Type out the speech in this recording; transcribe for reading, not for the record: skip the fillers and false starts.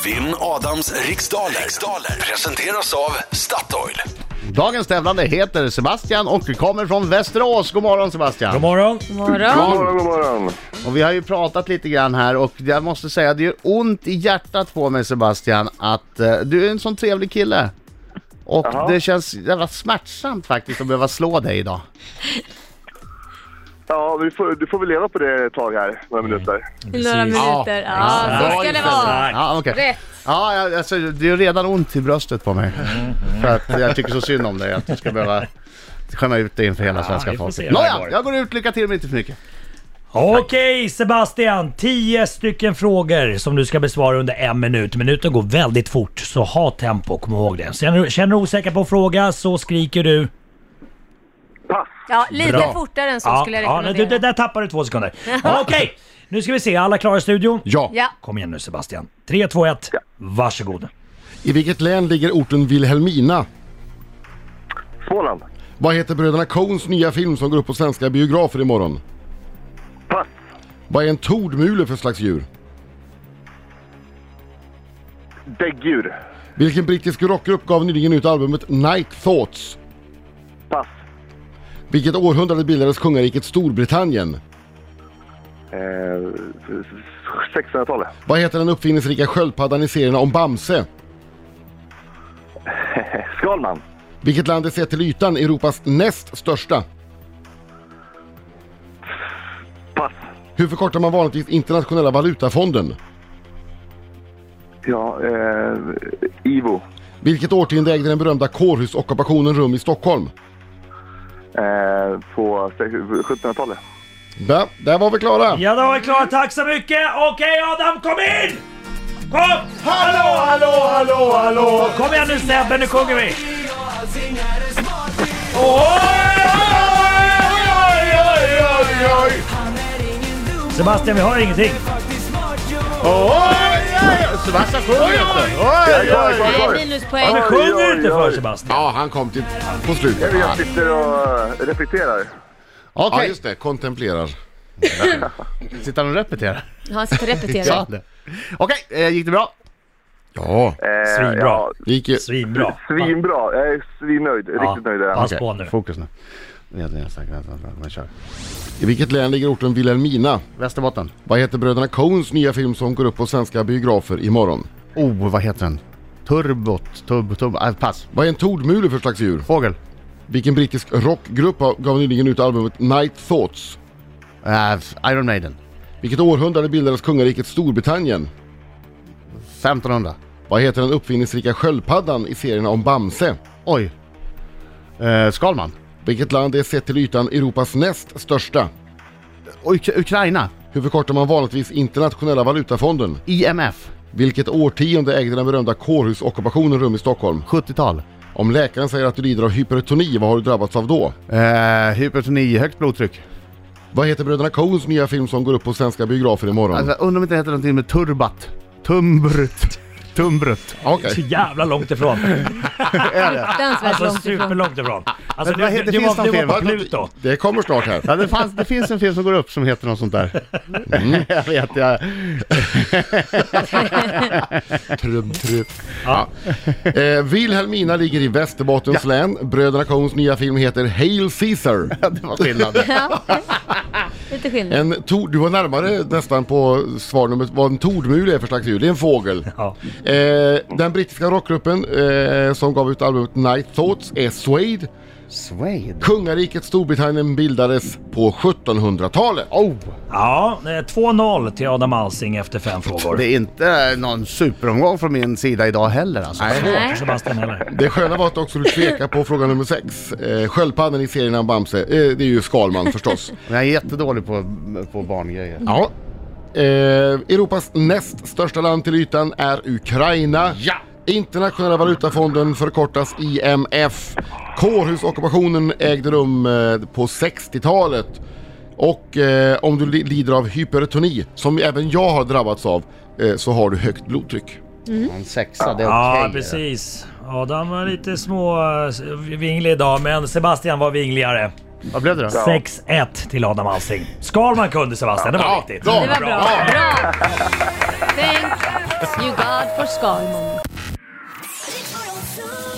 Vinn Adams riksdaler. Presenteras av Statoil. Dagens tävlande heter Sebastian och kommer från Västerås. God morgon Sebastian. God morgon. God morgon. God morgon. Och vi har ju pratat lite grann här och jag måste säga det gör ont i hjärtat på mig Sebastian att du är en sån trevlig kille. Och det känns jävla smärtsamt faktiskt att behöva slå dig idag. Ja, du får väl leva på det ett tag här, några minuter. Några minuter, ja, så ska det vara. Ja, okej. Rätt. Ja, alltså, det är redan ont i bröstet på mig. För att jag tycker så synd om dig att du ska behöva skämma ut dig inför hela svenska folket. Nåja, jag går ut, lycka till men inte för mycket. Okej Sebastian, 10 stycken frågor som du ska besvara under 1 minut. Minuten går väldigt fort, så ha tempo, kom ihåg det. Känner du osäker på fråga så skriker du. Pass. Ja, lite Bra. fortare än så skulle jag rekommendera. Det där tappar du 2 sekunder. Okej, nu ska vi se, alla klara i studion? Ja. Kom igen nu Sebastian. 3, 2, 1, varsågod. I vilket län ligger orten Vilhelmina? Småland. Vad heter bröderna Coens nya film som går upp på svenska biografer imorgon? Pass. Vad är en tordmule för slags djur? Däggdjur. Vilken brittisk rockgrupp gav nyligen ut albumet Night Thoughts? Pass. Vilket århundrade bildades kungariket Storbritannien? 1600-talet. Vad heter den uppfinningsrika sköldpaddan i serierna om Bamse? Skalman. Vilket land är sett till ytan Europas näst största? Pass. Hur förkortar man vanligtvis internationella valutafonden? Ja, Ivo. Vilket årtionde ägde den berömda kårhusockupationen rum i Stockholm? På 1700-talet. Ja, där var vi klara. Ja, då är vi klara, tack så mycket. Okej Adam, kom in! Kom! Hallå! Kom igen nu Sebbe, nu sjunger vi. Oj! Sebastian, vi har ingenting. Sebastian sjunger inte. Nej, minuspoäng. Vi sjunger inte för Sebastian. Ja, han kom till på slutet. Jag sitter och reflekterar. Ja, Okej, just det. Kontemplerar. sitter han och repeterar? Han sitter och repeterar. Ja, det. Okej, gick det bra? Ja, Svinbra. Ja, det gick ju. Svinbra. svinbra. Jag är svinnöjd. Riktigt nöjd där. Pass på nu. Fokus nu. Men kör. I vilket län ligger orten Vilhelmina? Västerbotten. Vad heter bröderna Coens nya film som går upp på svenska biografer imorgon? Vad heter den? Pass. Vad är en tordmule för slags djur? Fågel. Vilken brittisk rockgrupp gav nyligen ut albumet Night Thoughts? Iron Maiden. Vilket århundrade bildades kungariket Storbritannien? 1500. Vad heter den uppfinningsrika sköldpaddan i serierna om Bamse? Oj. Skalman. Vilket land är sett till ytan Europas näst största? Ukraina. Hur förkortar man vanligtvis internationella valutafonden? IMF. Vilket årtionde ägde den berömda kårhusockupationen rum i Stockholm? 70-tal. Om läkaren säger att du lider av hypertoni, vad har du drabbats av då? Hypertoni, högt blodtryck. Vad heter bröderna Coens nya film som går upp på svenska biografer imorgon? Alltså, undrar om inte det heter någonting med turbat. Tumbrut. Okej. Så jävla långt ifrån. Fruktansvärt Alltså långt ifrån. superlångt ifrån. Alltså Men vad heter- du finns någon var film? på Pluto. Det kommer snart här. Ja, det finns en film som går upp som heter något sånt där. Jag vet, Ja. Vilhelmina ligger i Västerbottens län. Bröderna Coens nya film heter Hail Caesar. det var skillnad. Ja, lite skillnad. Du var närmare nästan på svarnumret vad en tordmule är för slags djur. Det är en fågel. Ja. Den brittiska rockgruppen som gav ut albumet Night Thoughts är Suede. Suede. Kungariket Storbritannien bildades på 1700-talet. Ja, det är 2-0 till Adam Alsing efter 5 frågor. Det är inte någon superomgång från min sida idag heller alltså. Nej. Sebastian heller. Det sköna var att också du tvekar på fråga nummer 6. Sköldpaddan i serien om Bamse. Det är ju Skalman förstås. Jag är jättedålig på barngrejer. Ja. Europas näst största land till ytan är Ukraina. Ja! Internationella valutafonden förkortas IMF. Kårhusockupationen ägde rum på 60-talet. Och om du lider av hypertoni, som även jag har drabbats av, så har du högt blodtryck. En 6, det är okej. Ja, precis. Adam var lite små vinglig idag, men Sebastian var vingligare. Vad blev det då? 6-1 till Adam Alsing. Skalman kunde, Sebastian, det var riktigt. bra. Det var bra. Thank you God for Skalman.